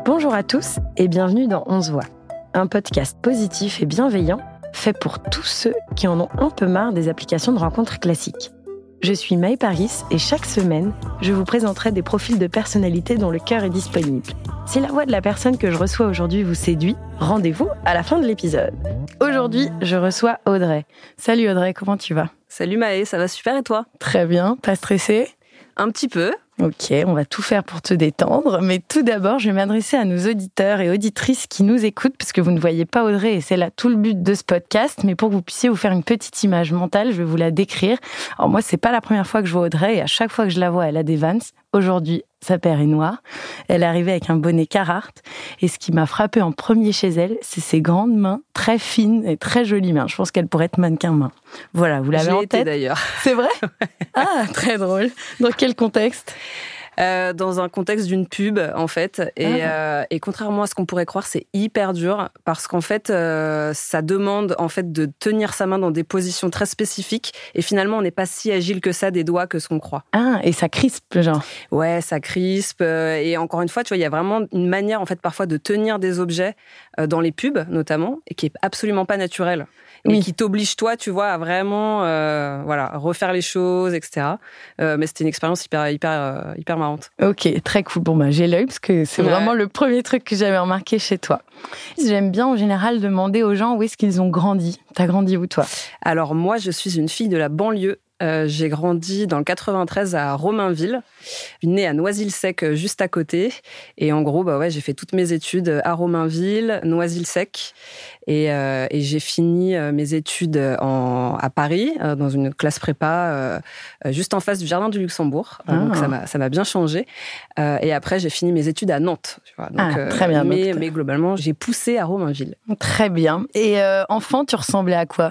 Bonjour à tous et bienvenue dans On se voit, un podcast positif et bienveillant fait pour tous ceux qui en ont un peu marre des applications de rencontres classiques. Je suis Maë Paris et chaque semaine, je vous présenterai des profils de personnalités dont le cœur est disponible. Si la voix de la personne que je reçois aujourd'hui vous séduit, rendez-vous à la fin de l'épisode. Aujourd'hui, je reçois Audrey. Salut Audrey, comment tu vas ? Salut Maë, ça va super et toi ? Très bien, pas stressée ? Un petit peu. Ok, on va tout faire pour te détendre. Mais tout d'abord, je vais m'adresser à nos auditeurs et auditrices qui nous écoutent, parce que vous ne voyez pas Audrey et c'est là tout le but de ce podcast. Mais pour que vous puissiez vous faire une petite image mentale, je vais vous la décrire. Alors moi, c'est pas la première fois que je vois Audrey et à chaque fois que je la vois, elle a des Vans. Aujourd'hui, sa paire est noire. Elle est arrivée avec un bonnet Carhartt. Et ce qui m'a frappé en premier chez elle, c'est ses grandes mains, très fines et très jolies mains. Je pense qu'elle pourrait être mannequin main. Voilà, vous l'avez en tête ? D'ailleurs. C'est vrai ? Ah, très drôle. Dans quel contexte ? Dans un contexte d'une pub, en fait. Et contrairement à ce qu'on pourrait croire, c'est hyper dur parce qu'en fait, ça demande en fait de tenir sa main dans des positions très spécifiques. Et finalement, on n'est pas si agile que ça des doigts que ce qu'on croit. Ah, et ça crispe, genre. Ouais, ça crispe. Et encore une fois, tu vois, il y a vraiment une manière, en fait, parfois de tenir des objets dans les pubs, notamment, et qui est absolument pas naturelle. Et qui t'oblige, toi, tu vois, à vraiment refaire les choses, etc. Mais c'était une expérience hyper marrante. Ok, très cool. Bon, j'ai l'œil parce que c'est vraiment le premier truc que j'avais remarqué chez toi. J'aime bien, en général, demander aux gens où est-ce qu'ils ont grandi. T'as grandi où, toi ? Alors, moi, je suis une fille de la banlieue. J'ai grandi dans le 93 à Romainville, née à Noisy-le-Sec juste à côté. Et en gros, j'ai fait toutes mes études à Romainville, Noisy-le-Sec. Et j'ai fini mes études à Paris, dans une classe prépa, juste en face du Jardin du Luxembourg. Donc ça m'a bien changé. Et après, j'ai fini mes études à Nantes. Tu vois. Donc, très bien. Mais globalement, j'ai poussé à Romainville. Très bien. Et enfant, tu ressemblais à quoi ?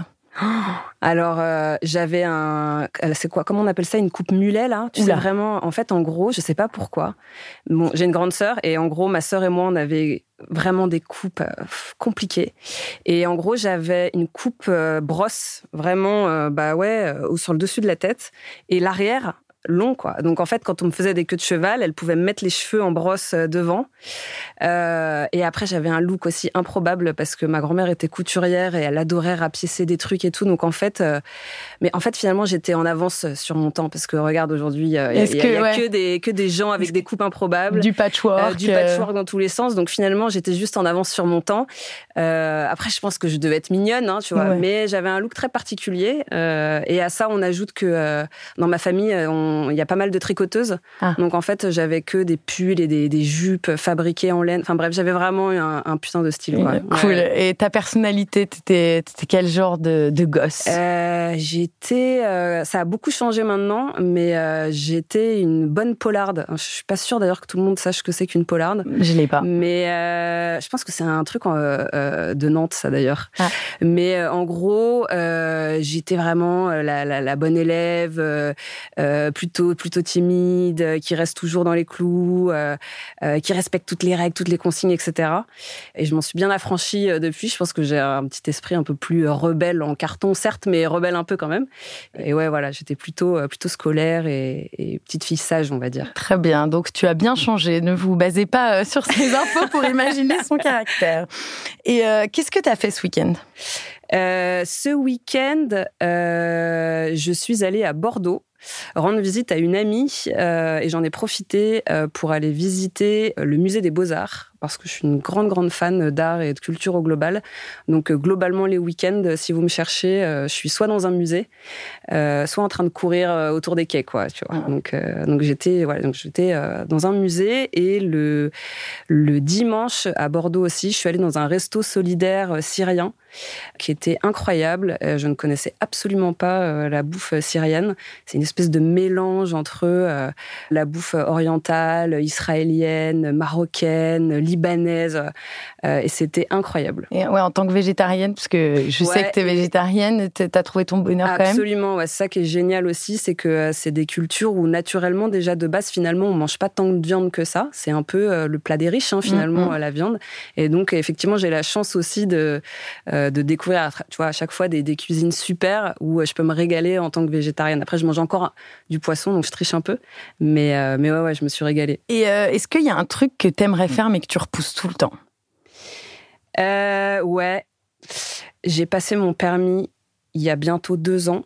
Alors, j'avais c'est quoi, comment on appelle ça, une coupe mulet, là? Tu sais, vraiment, en fait, en gros, je sais pas pourquoi. Bon, j'ai une grande sœur, et en gros, ma sœur et moi, on avait vraiment des coupes compliquées. Et en gros, j'avais une coupe brosse, vraiment, sur le dessus de la tête, et l'arrière, long, quoi. Donc, en fait, quand on me faisait des queues de cheval, elle pouvait me mettre les cheveux en brosse devant. Et après, j'avais un look aussi improbable parce que ma grand-mère était couturière et elle adorait rapiécer des trucs et tout. Donc, en fait, finalement, j'étais en avance sur mon temps parce que, regarde, aujourd'hui, il y a que des gens avec des coupes improbables. Du patchwork. Du patchwork dans tous les sens. Donc, finalement, j'étais juste en avance sur mon temps. Après, je pense que je devais être mignonne, hein, tu vois. Ouais. Mais j'avais un look très particulier. Et à ça, on ajoute que dans ma famille, il y a pas mal de tricoteuses. Donc, en fait, j'avais que des pulls et des jupes fabriquées en laine. Enfin, bref, j'avais vraiment un putain de style, quoi. Cool. Ouais. Et ta personnalité, t'étais quel genre de gosse ? Ça a beaucoup changé maintenant, mais j'étais une bonne polarde. Je suis pas sûre, d'ailleurs, que tout le monde sache ce que c'est qu'une polarde. Je l'ai pas. Mais je pense que c'est un truc de Nantes, ça, d'ailleurs. Mais en gros, j'étais vraiment la bonne élève, plutôt timide, qui reste toujours dans les clous, qui respecte toutes les règles, toutes les consignes, etc. Et je m'en suis bien affranchie depuis. Je pense que j'ai un petit esprit un peu plus rebelle en carton, certes, mais rebelle un peu quand même. Et ouais, voilà, j'étais plutôt scolaire et petite fille sage, on va dire. Très bien. Donc, tu as bien changé. Ne vous basez pas sur ces infos pour imaginer son caractère. Et qu'est-ce que tu as fait ce week-end ? Ce week-end, je suis allée à Bordeaux rendre visite à une amie et j'en ai profité pour aller visiter le musée des Beaux-Arts parce que je suis une grande fan d'art et de culture au global. Donc, globalement, les week-ends, si vous me cherchez, je suis soit dans un musée, soit en train de courir autour des quais, quoi, tu vois. Donc, j'étais dans un musée et le dimanche, à Bordeaux aussi, je suis allée dans un resto solidaire syrien qui était incroyable. Je ne connaissais absolument pas la bouffe syrienne. C'est une espèce de mélange entre la bouffe orientale, israélienne, marocaine, libanaise. Et c'était incroyable. Et ouais, en tant que végétarienne, parce que je sais que tu es végétarienne, tu as trouvé ton bonheur quand même. Absolument, ouais. C'est ça qui est génial aussi, c'est que c'est des cultures où naturellement, déjà de base, finalement, on mange pas tant de viande que ça. C'est un peu le plat des riches, hein, finalement, la viande. Et donc, effectivement, j'ai la chance aussi de découvrir, tu vois, à chaque fois des cuisines super où je peux me régaler en tant que végétarienne. Après, je mange encore du poisson, donc je triche un peu. Mais ouais, je me suis régalée. Et est-ce qu'il y a un truc que t'aimerais faire mais que tu repousses tout le temps? Ouais. J'ai passé mon permis il y a bientôt 2 ans.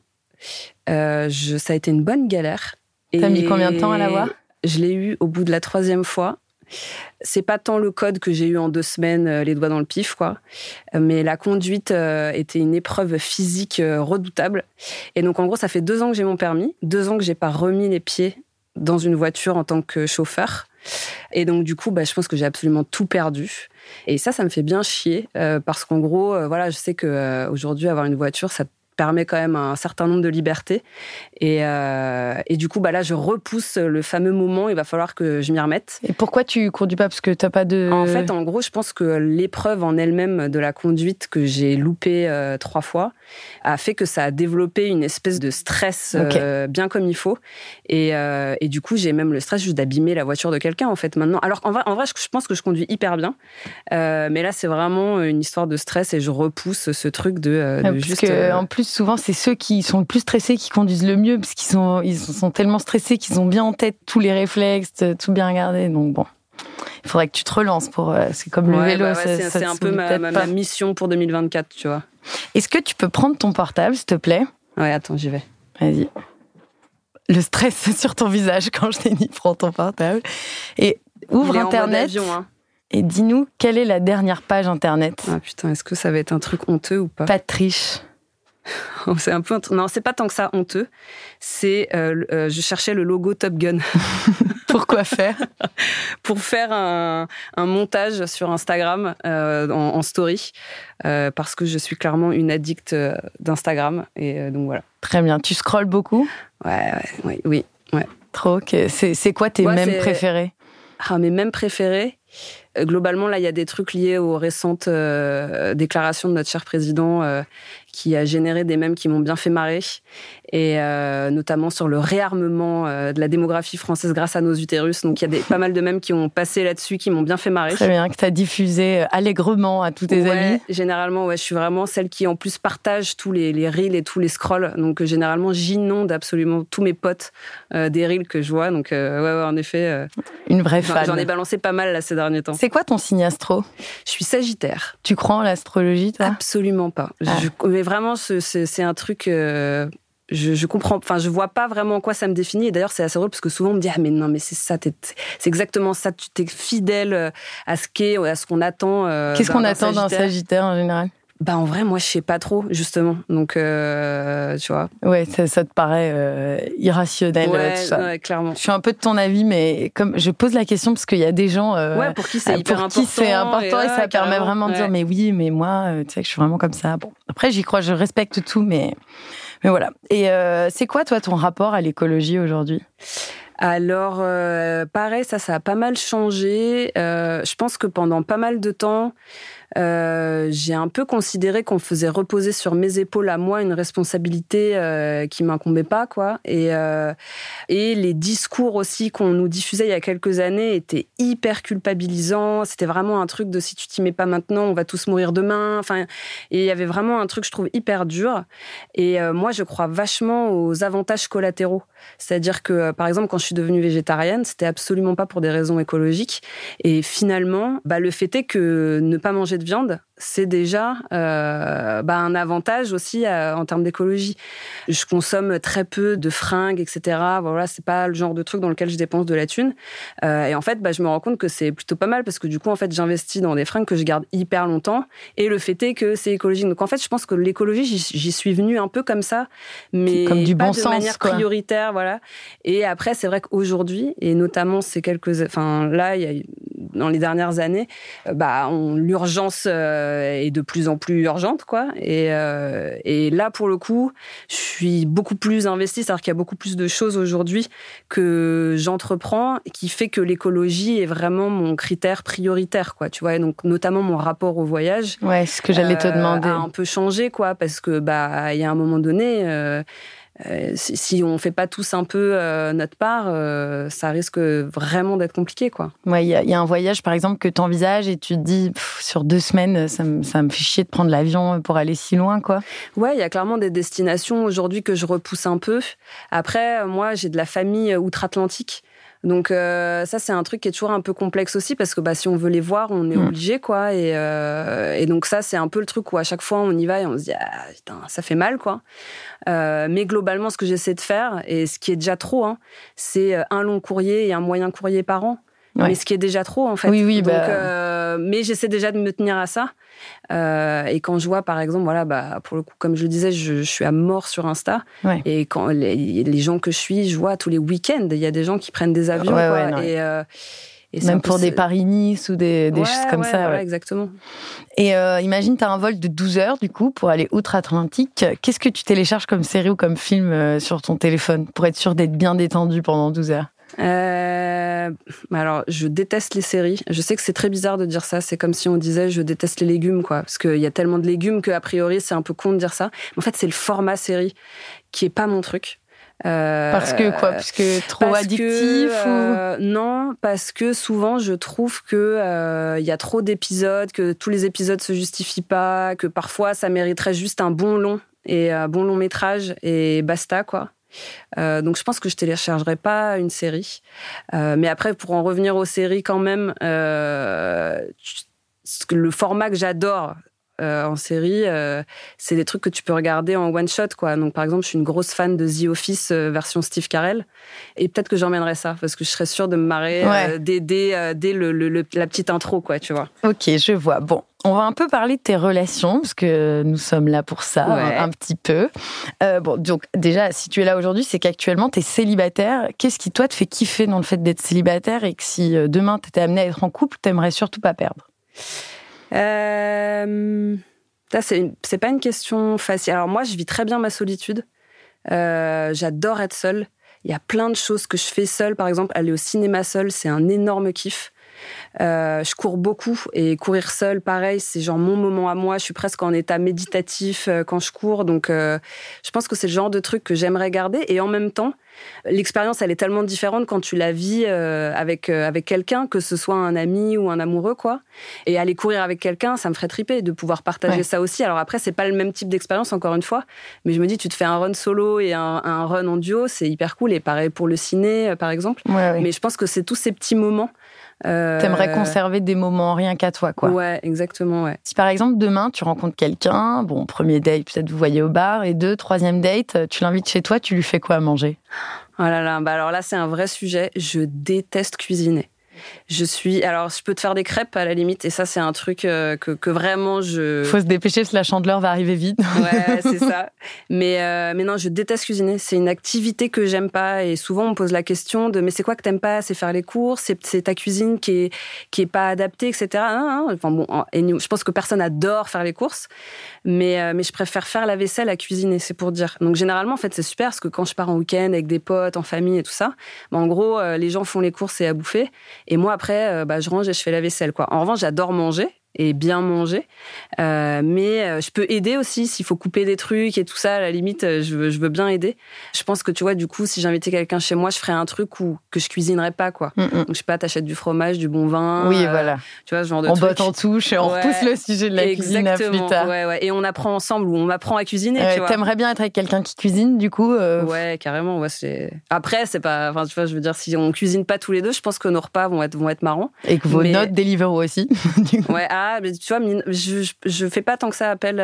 Ça a été une bonne galère. T'as mis combien de temps à l'avoir? Je l'ai eu au bout de la 3e fois. C'est pas tant le code que j'ai eu en 2 semaines, les doigts dans le pif, quoi. Mais la conduite était une épreuve physique redoutable. Et donc, en gros, ça fait 2 ans que j'ai mon permis, 2 ans que j'ai pas remis les pieds dans une voiture en tant que chauffeur. Et donc, du coup, je pense que j'ai absolument tout perdu. Et ça me fait bien chier, parce qu'en gros, voilà, je sais qu'aujourd'hui, avoir une voiture, ça permet quand même un certain nombre de libertés. Et du coup, là, je repousse le fameux moment. Il va falloir que je m'y remette. Et pourquoi tu conduis pas? Parce que t'as pas de... En fait, en gros, je pense que l'épreuve en elle-même de la conduite que j'ai loupée 3 fois a fait que ça a développé une espèce de stress bien comme il faut. Et du coup, j'ai même le stress juste d'abîmer la voiture de quelqu'un, en fait, maintenant. Alors qu'en vrai, je pense que je conduis hyper bien. Mais là, c'est vraiment une histoire de stress et je repousse ce truc de juste... Parce que, en plus, souvent, c'est ceux qui sont le plus stressés qui conduisent le mieux, parce qu'ils sont tellement stressés qu'ils ont bien en tête tous les réflexes, tout bien regardé. Donc bon, il faudrait que tu te relances pour... c'est comme le vélo. C'est un peu ma mission pour 2024, tu vois. Est-ce que tu peux prendre ton portable, s'il te plaît? Ouais, attends, j'y vais. Vas-y. Le stress sur ton visage quand je t'ai dit prends ton portable. Et ouvre Internet. Avion, hein. Et dis-nous, quelle est la dernière page Internet? Ah putain, est-ce que ça va être un truc honteux ou pas? Pas de triche. C'est un peu non, c'est pas tant que ça honteux. C'est je cherchais le logo Top Gun. Pourquoi faire? Pour faire un montage sur Instagram en story, parce que je suis clairement une addict d'Instagram et donc voilà. Très bien. Tu scrolles beaucoup? Oui. Trop. Okay. C'est quoi tes mèmes préférés? Mes mèmes préférés, globalement, là, il y a des trucs liés aux récentes déclarations de notre cher président qui a généré des mèmes qui m'ont bien fait marrer, et notamment sur le réarmement de la démographie française grâce à nos utérus. Donc, il y a pas mal de mèmes qui ont passé là-dessus, qui m'ont bien fait marrer. Très bien, que tu as diffusé allègrement à tous tes amis. Généralement, je suis vraiment celle qui, en plus, partage tous les reels et tous les scrolls. Donc, généralement, j'inonde absolument tous mes potes des reels que je vois. Donc, en effet... Une vraie fan. J'en ai balancé pas mal, là, ces derniers temps. C'est quoi ton signe astro? Je suis Sagittaire. Tu crois en l'astrologie, toi? Absolument pas. Mais vraiment, c'est un truc... Je comprends, je vois pas vraiment en quoi ça me définit. Et d'ailleurs, c'est assez drôle parce que souvent on me dit mais non, mais c'est ça, c'est exactement ça. Tu t'es fidèle à ce qu'on attend. Qu'est-ce qu'on attend d'un Sagittaire en général? En vrai, moi, je sais pas trop, justement. Donc, tu vois. Ouais, ça te paraît irrationnel, tout ça. Ouais, clairement. Je suis un peu de ton avis, mais comme je pose la question parce qu'il y a des gens pour qui c'est hyper important. Pour qui c'est important et ça permet vraiment de dire mais oui, mais moi, tu sais que je suis vraiment comme ça. Bon, après, j'y crois, je respecte tout, mais voilà. Et c'est quoi, toi, ton rapport à l'écologie aujourd'hui? Alors, pareil, ça a pas mal changé. Je pense que pendant pas mal de temps, j'ai un peu considéré qu'on faisait reposer sur mes épaules à moi une responsabilité qui m'incombait pas, quoi. Et les discours aussi qu'on nous diffusait il y a quelques années étaient hyper culpabilisants. C'était vraiment un truc de si tu t'y mets pas maintenant, on va tous mourir demain. Enfin, et il y avait vraiment un truc, je trouve, hyper dur. Et moi, je crois vachement aux avantages collatéraux. C'est-à-dire que, par exemple, quand je suis devenue végétarienne, c'était absolument pas pour des raisons écologiques. Et finalement, le fait est que ne pas manger de viande, c'est déjà un avantage aussi en termes d'écologie. Je consomme très peu de fringues, etc. Voilà, c'est pas le genre de truc dans lequel je dépense de la thune. Et en fait, je me rends compte que c'est plutôt pas mal parce que du coup, en fait, j'investis dans des fringues que je garde hyper longtemps. Et le fait est que c'est écologique. Donc en fait, je pense que l'écologie, j'y suis venue un peu comme ça, mais comme du pas bon de sens, manière quoi. Prioritaire, voilà. Et après, c'est vrai qu'aujourd'hui, et notamment là, il y a dans les dernières années, l'urgence est de plus en plus urgente, quoi. Et là, pour le coup, je suis beaucoup plus investie, c'est-à-dire qu'il y a beaucoup plus de choses aujourd'hui que j'entreprends, qui fait que l'écologie est vraiment mon critère prioritaire, quoi. Tu vois, et donc notamment mon rapport au voyage. Ouais, ce que j'allais te demander. A un peu changé, quoi, parce que il y a un moment donné. Si on fait pas tous un peu notre part, ça risque vraiment d'être compliqué, quoi. Ouais, il y a un voyage, par exemple, que tu envisages et tu te dis, sur 2 semaines, ça me fait chier de prendre l'avion pour aller si loin, quoi. Ouais, il y a clairement des destinations aujourd'hui que je repousse un peu. Après, moi, j'ai de la famille outre-Atlantique. Donc ça, c'est un truc qui est toujours un peu complexe aussi parce que si on veut les voir, on est obligé, quoi. Et donc ça, c'est un peu le truc où à chaque fois, on y va et on se dit « Ah, putain, ça fait mal, quoi ». Mais globalement, ce que j'essaie de faire, et ce qui est déjà trop, c'est un long courrier et un moyen courrier par an. Ouais. Mais ce qui est déjà trop, en fait. Oui, donc, mais j'essaie déjà de me tenir à ça. Et quand je vois, par exemple, pour le coup, comme je le disais, je suis à mort sur Insta. Ouais. Et quand les gens que je suis, je vois tous les week-ends, il y a des gens qui prennent des avions. Ouais, quoi, et même pour des Paris-Nice ou des choses comme ça. Voilà, exactement. Et imagine, tu as un vol de 12 heures, du coup, pour aller outre-Atlantique. Qu'est-ce que tu télécharges comme série ou comme film sur ton téléphone pour être sûr d'être bien détendu pendant 12 heures? Alors, je déteste les séries. Je sais que c'est très bizarre de dire ça. C'est comme si on disait je déteste les légumes, quoi. Parce qu'il y a tellement de légumes qu'a priori, c'est un peu con de dire ça. Mais en fait, c'est le format série qui est pas mon truc. Parce que quoi? Parce que trop addictif ou... Non, parce que souvent je trouve que y a trop d'épisodes, que tous les épisodes se justifient pas, que parfois ça mériterait juste un bon long métrage et basta, quoi. Donc je pense que je téléchargerai pas une série. Mais après, pour en revenir aux séries quand même, le format que j'adore en série, c'est des trucs que tu peux regarder en one shot, quoi. Donc par exemple, je suis une grosse fan de The Office version Steve Carell, et peut-être que j'emmènerai ça parce que je serais sûre de me marrer dès la petite intro, quoi, tu vois. Ok, je vois. Bon, on va un peu parler de tes relations parce que nous sommes là pour ça, un petit peu. Bon, donc déjà, si tu es là aujourd'hui, c'est qu'actuellement tu es célibataire. Qu'est-ce qui toi te fait kiffer dans le fait d'être célibataire et que si demain tu étais amené à être en couple, t'aimerais surtout pas perdre? Ça, c'est pas une question facile. Alors moi, je vis très bien ma solitude. J'adore être seule. Il y a plein de choses que je fais seule. Par exemple, aller au cinéma seule, c'est un énorme kiff. Je cours beaucoup et courir seule, pareil, c'est genre mon moment à moi. Je suis presque en état méditatif quand je cours. Donc, je pense que c'est le genre de truc que j'aimerais garder. Et en même temps, l'expérience, elle est tellement différente quand tu la vis avec quelqu'un, que ce soit un ami ou un amoureux, quoi. Et aller courir avec quelqu'un, ça me ferait triper de pouvoir partager ça aussi. Alors après, c'est pas le même type d'expérience, encore une fois. Mais je me dis, tu te fais un run solo et un run en duo, c'est hyper cool. Et pareil pour le ciné, par exemple. Ouais. Mais je pense que c'est tous ces petits moments. T'aimerais conserver des moments rien qu'à toi, quoi. Ouais, exactement, ouais. Si par exemple, demain, tu rencontres quelqu'un, bon, premier date, peut-être vous voyez au bar, et troisième date, tu l'invites chez toi, tu lui fais quoi à manger? Oh là là, alors là, c'est un vrai sujet. Je déteste cuisiner. Alors, je peux te faire des crêpes à la limite, et ça, c'est un truc que vraiment Faut se dépêcher parce que la chandeleur va arriver vite. Ouais, c'est ça. Mais non, je déteste cuisiner. C'est une activité que j'aime pas, et souvent on me pose la question de mais c'est quoi que t'aimes pas? C'est faire les courses, c'est ta cuisine qui est pas adaptée, etc. Non. Enfin bon, je pense que personne adore faire les courses, mais je préfère faire la vaisselle à cuisiner, c'est pour dire. Donc généralement, en fait, c'est super parce que quand je pars en week-end avec des potes, en famille et tout ça, en gros, les gens font les courses et à bouffer. Et moi, après, je range et je fais la vaisselle, quoi. En revanche, j'adore manger et bien manger. Mais je peux aider aussi s'il faut couper des trucs et tout ça. À la limite, je veux bien aider. Je pense que, tu vois, du coup, si j'invitais quelqu'un chez moi, je ferais un truc que je cuisinerais pas, quoi. Donc, je sais pas, t'achètes du fromage, du bon vin. Oui, voilà. Tu vois, ce genre de truc. On botte en touche et on repousse le sujet de la cuisine à plus tard. Ouais. Et on apprend ensemble ou on m'apprend à cuisiner, tu vois. T'aimerais bien être avec quelqu'un qui cuisine, du coup Ouais, carrément. Ouais, Après, c'est pas... Enfin, tu vois, je veux dire, si on cuisine pas tous les deux, je pense que nos repas vont être marrants. Et que vos notes Deliveroo aussi. Ouais, mais tu vois, je fais pas tant que ça appel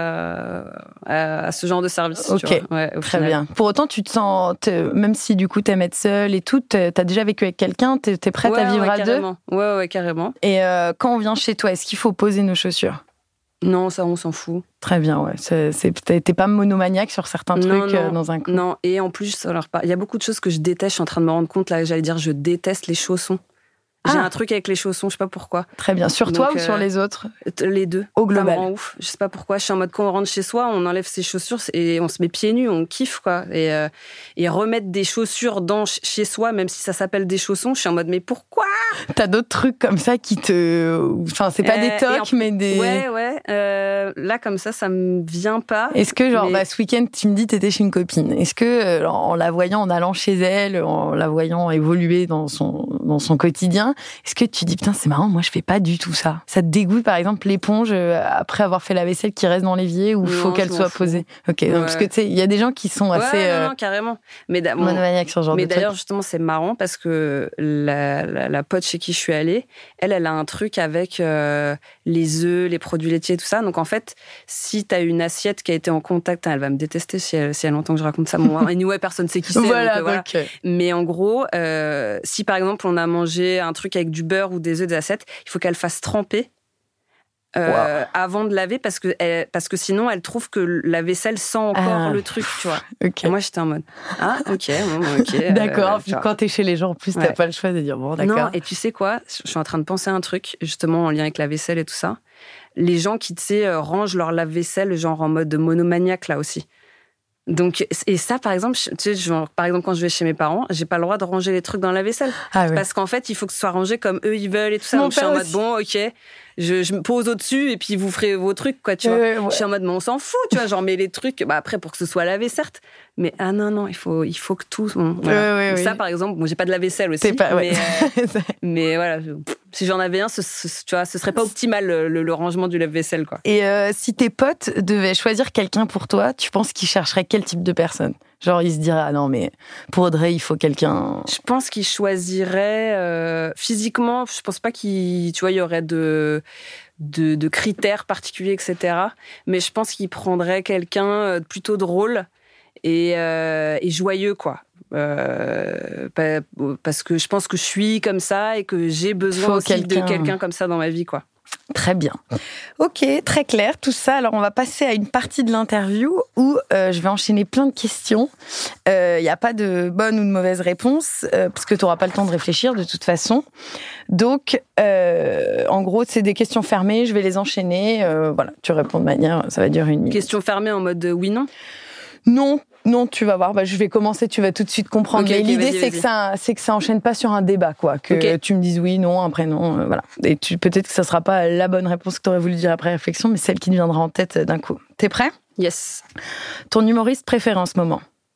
à ce genre de service. Ok, tu vois. Ouais, très bien. Pour autant, tu te sens, même si du coup t'aimes être seule et tout, t'as déjà vécu avec quelqu'un, t'es prête à vivre à carrément. deux? Ouais, carrément. Et quand on vient chez toi, est-ce qu'il faut poser nos chaussures? Non, ça, on s'en fout. Très bien, ouais. T'es pas monomaniaque sur certains trucs dans un coup. Non, et en plus, alors, il y a beaucoup de choses que je déteste. Je suis en train de me rendre compte, là, j'allais dire, je déteste les chaussons. J'ai un truc avec les chaussons, je sais pas pourquoi. Très bien. Sur toi ou sur les autres? Les deux. Au global. Ça me rend ouf. Je sais pas pourquoi. Je suis en mode, quand on rentre chez soi, on enlève ses chaussures et on se met pieds nus, on kiffe, quoi. Et remettre des chaussures chez soi, même si ça s'appelle des chaussons, je suis en mode, mais pourquoi? T'as d'autres trucs comme ça qui enfin, c'est pas des tocs, mais des... Ouais. Là, comme ça me vient pas. Est-ce que, ce week-end, tu me dis, t'étais chez une copine. Est-ce que, en la voyant, en allant chez elle, en la voyant évoluer dans son quotidien, quelqu'un, est-ce que tu dis putain c'est marrant, moi je fais pas du tout ça. Ça te dégoûte par exemple l'éponge après avoir fait la vaisselle qui reste dans l'évier ou faut qu'elle soit posée. Ok, donc, parce que tu sais il y a des gens qui sont assez non, carrément. Mais monomaniaques sur ce genre de truc. Mais d'ailleurs justement c'est marrant parce que la pote chez qui je suis allée, elle a un truc avec les œufs, les produits laitiers, tout ça. Donc en fait, si t'as une assiette qui a été en contact, elle va me détester si elle entend que je raconte ça. Bon, anyway, personne sait qui c'est. Voilà. Mais en gros, si par exemple on a mangé un truc avec du beurre ou des œufs, des assiettes, il faut qu'elle fasse tremper avant de laver parce que sinon elle trouve que la vaisselle sent encore le truc, tu vois. Okay. Et moi j'étais en mode ok. D'accord. Puis quand t'es chez les gens en plus t'as pas le choix de dire bon d'accord. Non, et tu sais quoi, je suis en train de penser à un truc justement en lien avec la vaisselle et tout ça. Les gens qui tu sais rangent leur lave-vaisselle genre en mode monomaniaque là aussi. Donc, et ça, par exemple, tu sais, genre, par exemple, quand je vais chez mes parents, j'ai pas le droit de ranger les trucs dans la vaisselle. Parce qu'en fait, il faut que ce soit rangé comme eux, ils veulent et tout ça. Donc, je suis en mode, bon, ok, je me pose au-dessus et puis vous ferez vos trucs, quoi, tu vois. Ouais. Je suis en mode, mais on s'en fout, tu vois, genre, mais les trucs, après, pour que ce soit lavé, certes, mais non, il faut que tout. Bon, voilà. Ça, par exemple, bon, j'ai pas de lave-vaisselle aussi. Mais voilà, si j'en avais un, tu vois, ce serait pas optimal le rangement du lave-vaisselle, quoi. Et si tes potes devaient choisir quelqu'un pour toi, tu penses qu'ils chercheraient quel type de personne ? Genre, ils se diraient, ah non, mais pour Audrey, il faut quelqu'un... Je pense qu'ils choisiraient... physiquement, je pense pas qu'il... Tu vois, il y aurait de critères particuliers, etc. Mais je pense qu'ils prendraient quelqu'un plutôt drôle et joyeux, quoi. Parce que je pense que je suis comme ça et que j'ai besoin aussi de quelqu'un comme ça dans ma vie, quoi. Très bien. Ok, très clair tout ça. Alors, on va passer à une partie de l'interview où je vais enchaîner plein de questions. Il n'y a pas de bonne ou de mauvaise réponse parce que tu n'auras pas le temps de réfléchir de toute façon. Donc, en gros, c'est des questions fermées. Je vais les enchaîner. Voilà, tu réponds de manière... Ça va durer 1 minute. Questions fermées en mode oui-non ? Non, tu vas voir. Je vais commencer, tu vas tout de suite comprendre. Okay, mais l'idée, c'est que ça enchaîne pas sur un débat, quoi. Que tu me dises oui, non, un prénom, voilà. Et peut-être que ça sera pas la bonne réponse que tu aurais voulu dire après réflexion, mais celle qui te viendra en tête d'un coup. T'es prêt ? Yes. Ton humoriste préféré en ce moment ?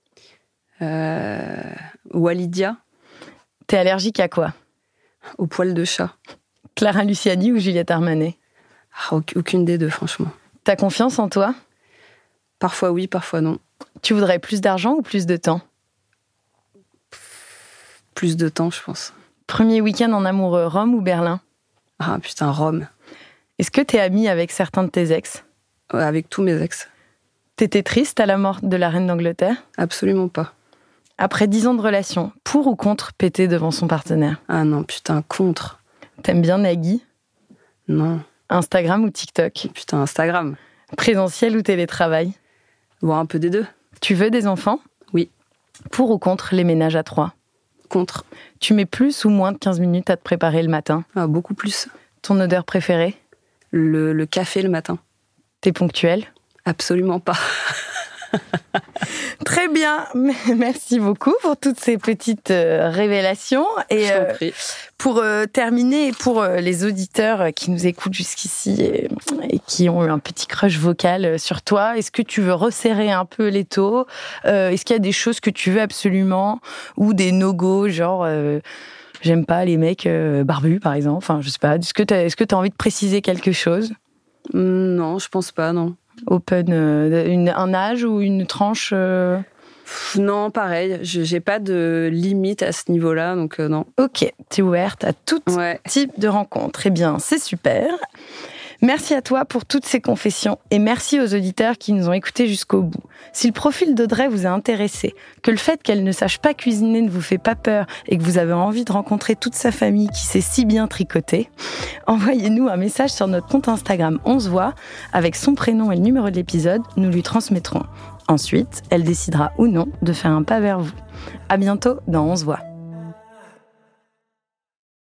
Walidia. T'es allergique à quoi ? Au poil de chat. Clara Luciani ou Juliette Armanet ? Aucune des deux, franchement. T'as confiance en toi ? Parfois oui, parfois non. Tu voudrais plus d'argent ou plus de temps ? Plus de temps, je pense. Premier week-end en amoureux, Rome ou Berlin ? Ah putain, Rome. Est-ce que t'es amie avec certains de tes ex ? Avec tous mes ex. T'étais triste à la mort de la reine d'Angleterre ? Absolument pas. Après 10 ans de relation, pour ou contre péter devant son partenaire ? Ah non, putain, contre. T'aimes bien Nagui ? Non. Instagram ou TikTok ? Putain, Instagram. Présentiel ou télétravail ? Bon, un peu des deux. Tu veux des enfants ? Oui. Pour ou contre les ménages à 3 ? Contre. Tu mets plus ou moins de 15 minutes à te préparer le matin ? Ah, beaucoup plus. Ton odeur préférée ? Le café le matin. T'es ponctuel ? Absolument pas. Très bien, merci beaucoup pour toutes ces petites révélations. Et pour terminer, pour les auditeurs qui nous écoutent jusqu'ici et qui ont eu un petit crush vocal sur toi, est-ce que tu veux resserrer un peu l'étau ? Est-ce qu'il y a des choses que tu veux absolument ou des no-go, genre j'aime pas les mecs barbus par exemple, enfin je sais pas, est-ce que t'as envie de préciser quelque chose ? Non, je pense pas, non. Open, un âge ou une tranche Non, pareil. J'ai pas de limite à ce niveau-là, donc non. Ok, t'es ouverte à tout type de rencontre. Très bien, c'est super. Merci à toi pour toutes ces confessions et merci aux auditeurs qui nous ont écoutés jusqu'au bout. Si le profil d'Audrey vous a intéressé, que le fait qu'elle ne sache pas cuisiner ne vous fait pas peur et que vous avez envie de rencontrer toute sa famille qui sait si bien tricoter, envoyez-nous un message sur notre compte Instagram 11 voix avec son prénom et le numéro de l'épisode, nous lui transmettrons. Ensuite, elle décidera ou non de faire un pas vers vous. À bientôt dans 11 voix.